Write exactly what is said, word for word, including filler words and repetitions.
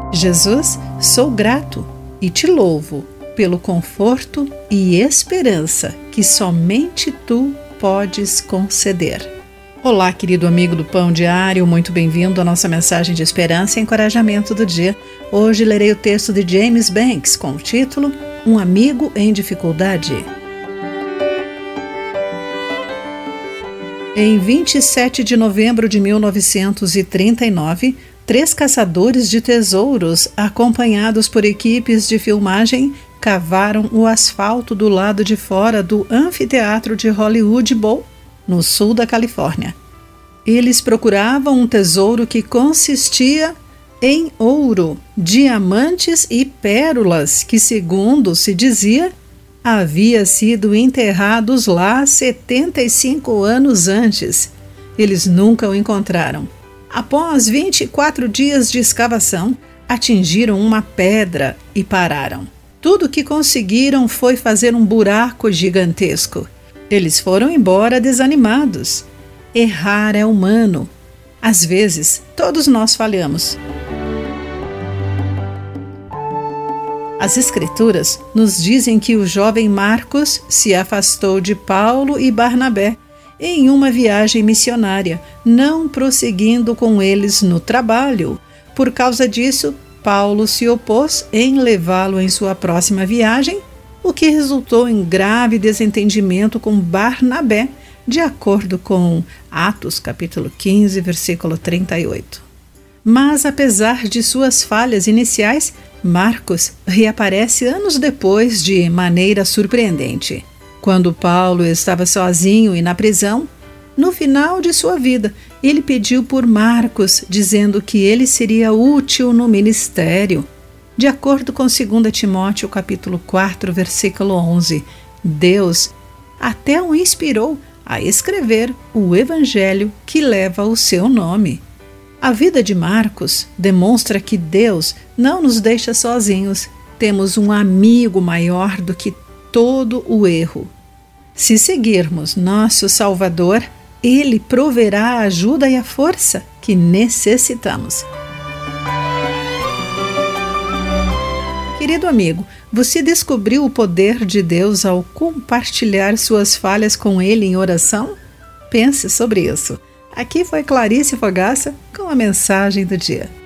Jesus, sou grato e te louvo pelo conforto e esperança que somente tu podes conceder. Olá, querido amigo do Pão Diário, muito bem-vindo à nossa mensagem de esperança e encorajamento do dia. Hoje lerei o texto de James Banks com o título Um Amigo em Dificuldade. Em vinte e sete de novembro de mil novecentos e trinta e nove, três caçadores de tesouros, acompanhados por equipes de filmagem, cavaram o asfalto do lado de fora do anfiteatro de Hollywood Bowl, no sul da Califórnia. Eles procuravam um tesouro que consistia em ouro, diamantes e pérolas que, segundo se dizia, havia sido enterrados lá setenta e cinco anos antes. Eles nunca o encontraram. Após vinte e quatro dias de escavação, atingiram uma pedra e pararam. Tudo o que conseguiram foi fazer um buraco gigantesco. Eles foram embora desanimados. Errar é humano. Às vezes, todos nós falhamos. As Escrituras nos dizem que o jovem Marcos se afastou de Paulo e Barnabé em uma viagem missionária, não prosseguindo com eles no trabalho. Por causa disso, Paulo se opôs em levá-lo em sua próxima viagem, o que resultou em grave desentendimento com Barnabé, de acordo com Atos capítulo quinze, versículo trinta e oito. Mas, apesar de suas falhas iniciais, Marcos reaparece anos depois de maneira surpreendente. Quando Paulo estava sozinho e na prisão, no final de sua vida, ele pediu por Marcos, dizendo que ele seria útil no ministério. De acordo com dois Timóteo capítulo quatro, versículo onze, Deus até o inspirou a escrever o evangelho que leva o seu nome. A vida de Marcos demonstra que Deus não nos deixa sozinhos. Temos um amigo maior do que todo o erro. Se seguirmos nosso Salvador, Ele proverá a ajuda e a força que necessitamos. Querido amigo, você descobriu o poder de Deus ao compartilhar suas falhas com Ele em oração? Pense sobre isso. Aqui foi Clarice Fogaça com a mensagem do dia.